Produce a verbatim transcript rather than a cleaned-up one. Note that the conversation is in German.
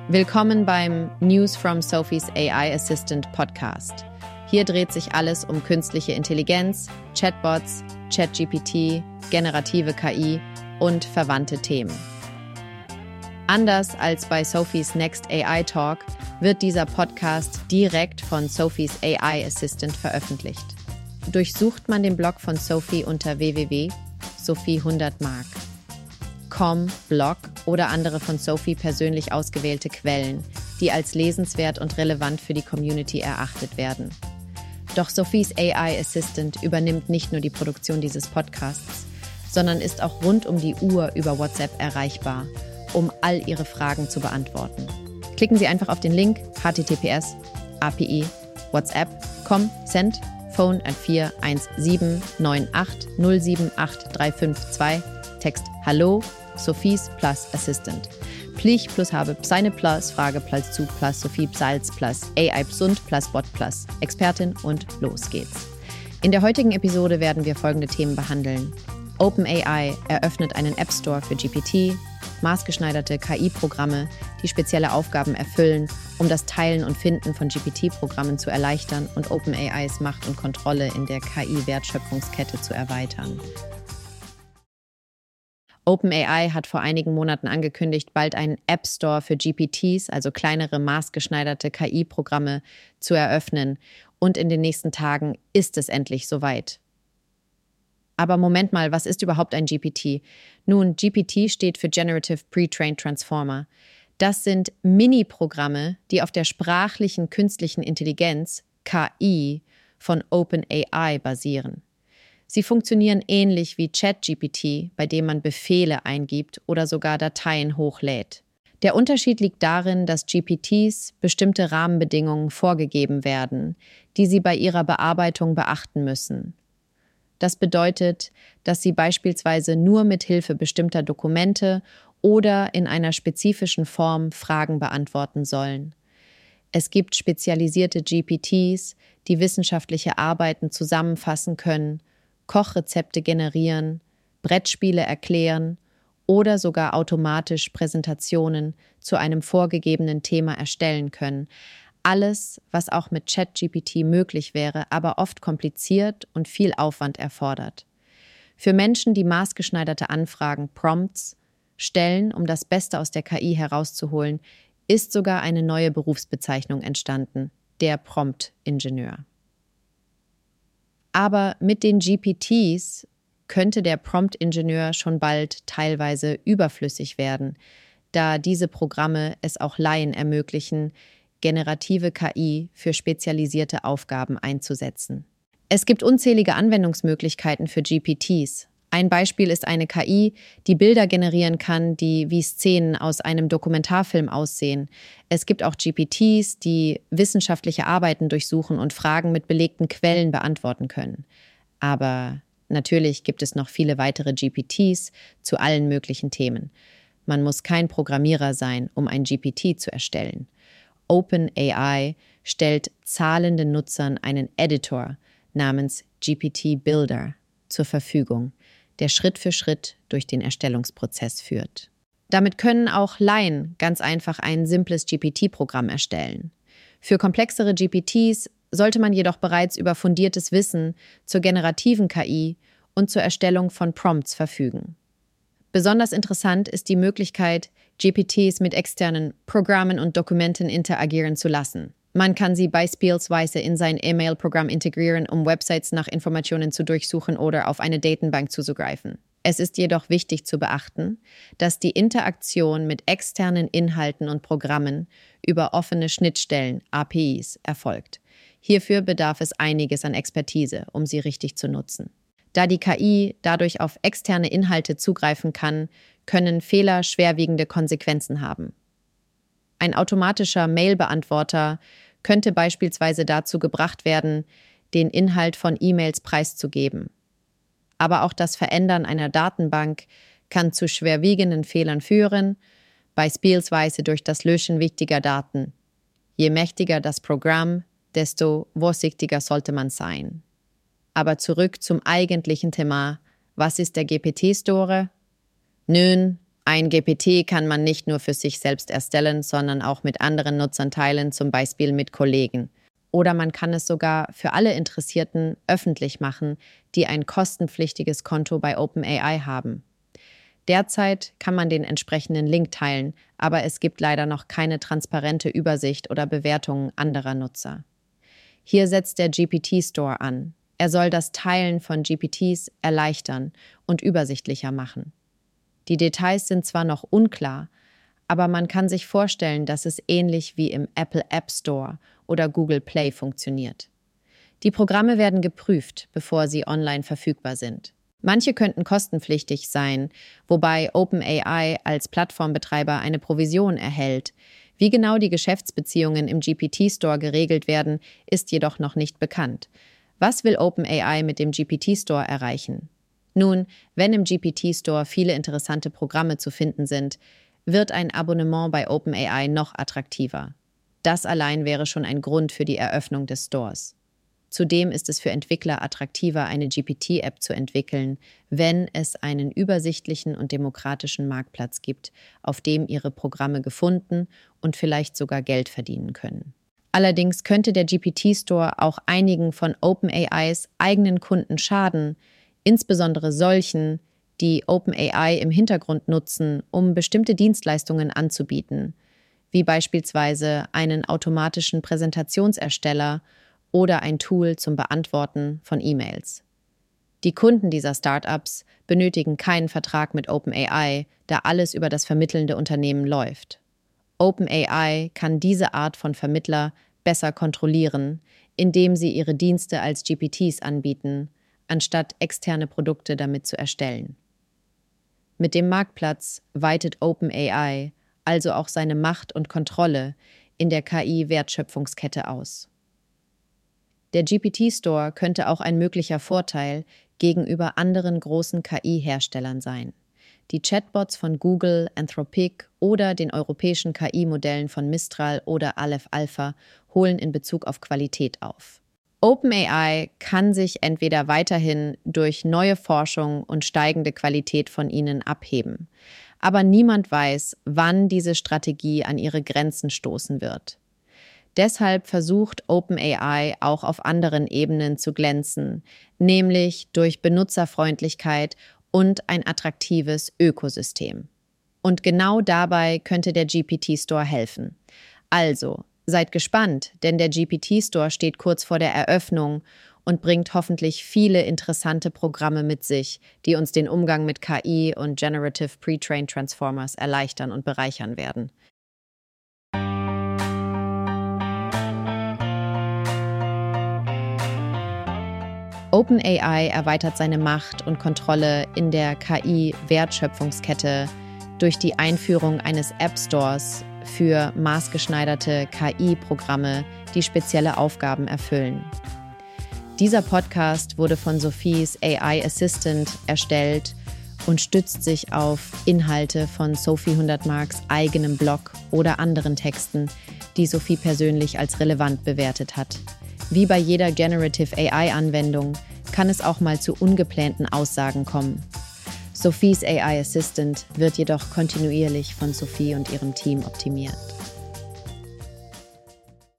Willkommen beim News from Sophie's A I Assistant Podcast. Hier dreht sich alles um künstliche Intelligenz, Chatbots, ChatGPT, generative K I und verwandte Themen. Anders als bei Sophie's Next A I Talk wird dieser Podcast direkt von Sophie's A I Assistant veröffentlicht. Durchsucht man den Blog von Sophie unter w w w punkt sophie hundert mark punkt com Blog oder andere von Sophie persönlich ausgewählte Quellen, die als lesenswert und relevant für die Community erachtet werden. Doch Sophie's A I Assistant übernimmt nicht nur die Produktion dieses Podcasts, sondern ist auch rund um die Uhr über WhatsApp erreichbar, um all Ihre Fragen zu beantworten. Klicken Sie einfach auf den Link h t t p s a p i whatsapp punkt com send phone at vier eins sieben neun acht null sieben acht drei fünf zwei Text Hallo Sophie's Plus Assistant. Plich plus habe Pseine plus Frage plus zu plus Sophie Psalz plus A I Psund plus Bot plus Expertin und los geht's. In der heutigen Episode werden wir folgende Themen behandeln. OpenAI eröffnet einen App Store für G P T, maßgeschneiderte K I-Programme, die spezielle Aufgaben erfüllen, um das Teilen und Finden von G P T-Programmen zu erleichtern und OpenAIs Macht und Kontrolle in der K I-Wertschöpfungskette zu erweitern. OpenAI hat vor einigen Monaten angekündigt, bald einen App Store für G P Ts, also kleinere maßgeschneiderte K I-Programme, zu eröffnen. Und in den nächsten Tagen ist es endlich soweit. Aber Moment mal, was ist überhaupt ein G P T? Nun, G P T steht für Generative Pre-trained Transformer. Das sind Mini-Programme, die auf der sprachlichen künstlichen Intelligenz, K I, von OpenAI basieren. Sie funktionieren ähnlich wie ChatGPT, bei dem man Befehle eingibt oder sogar Dateien hochlädt. Der Unterschied liegt darin, dass G P Ts bestimmte Rahmenbedingungen vorgegeben werden, die sie bei ihrer Bearbeitung beachten müssen. Das bedeutet, dass sie beispielsweise nur mit Hilfe bestimmter Dokumente oder in einer spezifischen Form Fragen beantworten sollen. Es gibt spezialisierte G P Ts, die wissenschaftliche Arbeiten zusammenfassen können, Kochrezepte generieren, Brettspiele erklären oder sogar automatisch Präsentationen zu einem vorgegebenen Thema erstellen können. Alles, was auch mit ChatGPT möglich wäre, aber oft kompliziert und viel Aufwand erfordert. Für Menschen, die maßgeschneiderte Anfragen, Prompts, stellen, um das Beste aus der K I herauszuholen, ist sogar eine neue Berufsbezeichnung entstanden, der Prompt-Ingenieur. Aber mit den G P Ts könnte der Prompt-Ingenieur schon bald teilweise überflüssig werden, da diese Programme es auch Laien ermöglichen, generative K I für spezialisierte Aufgaben einzusetzen. Es gibt unzählige Anwendungsmöglichkeiten für G P Ts. Ein Beispiel ist eine K I, die Bilder generieren kann, die wie Szenen aus einem Dokumentarfilm aussehen. Es gibt auch G P Ts, die wissenschaftliche Arbeiten durchsuchen und Fragen mit belegten Quellen beantworten können. Aber natürlich gibt es noch viele weitere G P Ts zu allen möglichen Themen. Man muss kein Programmierer sein, um ein G P T zu erstellen. OpenAI stellt zahlenden Nutzern einen Editor namens G P T Builder zur Verfügung, der Schritt für Schritt durch den Erstellungsprozess führt. Damit können auch Laien ganz einfach ein simples G P T-Programm erstellen. Für komplexere G P Ts sollte man jedoch bereits über fundiertes Wissen zur generativen K I und zur Erstellung von Prompts verfügen. Besonders interessant ist die Möglichkeit, G P Ts mit externen Programmen und Dokumenten interagieren zu lassen. Man kann sie beispielsweise in sein E-Mail-Programm integrieren, um Websites nach Informationen zu durchsuchen oder auf eine Datenbank zuzugreifen. Es ist jedoch wichtig zu beachten, dass die Interaktion mit externen Inhalten und Programmen über offene Schnittstellen, A P Is, erfolgt. Hierfür bedarf es einiges an Expertise, um sie richtig zu nutzen. Da die K I dadurch auf externe Inhalte zugreifen kann, können Fehler schwerwiegende Konsequenzen haben. Ein automatischer Mail-Beantworter könnte beispielsweise dazu gebracht werden, den Inhalt von E-Mails preiszugeben. Aber auch das Verändern einer Datenbank kann zu schwerwiegenden Fehlern führen, beispielsweise durch das Löschen wichtiger Daten. Je mächtiger das Programm, desto vorsichtiger sollte man sein. Aber zurück zum eigentlichen Thema. Was ist der G P T-Store? Nun, Ein G P T kann man nicht nur für sich selbst erstellen, sondern auch mit anderen Nutzern teilen, zum Beispiel mit Kollegen. Oder man kann es sogar für alle Interessierten öffentlich machen, die ein kostenpflichtiges Konto bei OpenAI haben. Derzeit kann man den entsprechenden Link teilen, aber es gibt leider noch keine transparente Übersicht oder Bewertungen anderer Nutzer. Hier setzt der G P T Store an. Er soll das Teilen von G P Ts erleichtern und übersichtlicher machen. Die Details sind zwar noch unklar, aber man kann sich vorstellen, dass es ähnlich wie im Apple App Store oder Google Play funktioniert. Die Programme werden geprüft, bevor sie online verfügbar sind. Manche könnten kostenpflichtig sein, wobei OpenAI als Plattformbetreiber eine Provision erhält. Wie genau die Geschäftsbeziehungen im G P T Store geregelt werden, ist jedoch noch nicht bekannt. Was will OpenAI mit dem G P T Store erreichen? Nun, wenn im G P T Store viele interessante Programme zu finden sind, wird ein Abonnement bei OpenAI noch attraktiver. Das allein wäre schon ein Grund für die Eröffnung des Stores. Zudem ist es für Entwickler attraktiver, eine G P T-App zu entwickeln, wenn es einen übersichtlichen und demokratischen Marktplatz gibt, auf dem ihre Programme gefunden und vielleicht sogar Geld verdienen können. Allerdings könnte der G P T Store auch einigen von OpenAIs eigenen Kunden schaden, insbesondere solchen, die OpenAI im Hintergrund nutzen, um bestimmte Dienstleistungen anzubieten, wie beispielsweise einen automatischen Präsentationsersteller oder ein Tool zum Beantworten von E-Mails. Die Kunden dieser Startups benötigen keinen Vertrag mit OpenAI, da alles über das vermittelnde Unternehmen läuft. OpenAI kann diese Art von Vermittler besser kontrollieren, indem sie ihre Dienste als G P Ts anbieten, anstatt externe Produkte damit zu erstellen. Mit dem Marktplatz weitet OpenAI also auch seine Macht und Kontrolle in der K I-Wertschöpfungskette aus. Der G P T Store könnte auch ein möglicher Vorteil gegenüber anderen großen K I-Herstellern sein. Die Chatbots von Google, Anthropic oder den europäischen K I-Modellen von Mistral oder Aleph Alpha holen in Bezug auf Qualität auf. OpenAI kann sich entweder weiterhin durch neue Forschung und steigende Qualität von ihnen abheben. Aber niemand weiß, wann diese Strategie an ihre Grenzen stoßen wird. Deshalb versucht OpenAI auch auf anderen Ebenen zu glänzen, nämlich durch Benutzerfreundlichkeit und ein attraktives Ökosystem. Und genau dabei könnte der G P T Store helfen. Also, seid gespannt, denn der G P T Store steht kurz vor der Eröffnung und bringt hoffentlich viele interessante Programme mit sich, die uns den Umgang mit K I und Generative Pre-Trained Transformers erleichtern und bereichern werden. OpenAI erweitert seine Macht und Kontrolle in der K I-Wertschöpfungskette durch die Einführung eines App Stores für maßgeschneiderte K I-Programme, die spezielle Aufgaben erfüllen. Dieser Podcast wurde von Sophies A I Assistant erstellt und stützt sich auf Inhalte von Sophie Hundertmarks eigenem Blog oder anderen Texten, die Sophie persönlich als relevant bewertet hat. Wie bei jeder Generative A I-Anwendung kann es auch mal zu ungeplanten Aussagen kommen. Sophies A I Assistant wird jedoch kontinuierlich von Sophie und ihrem Team optimiert.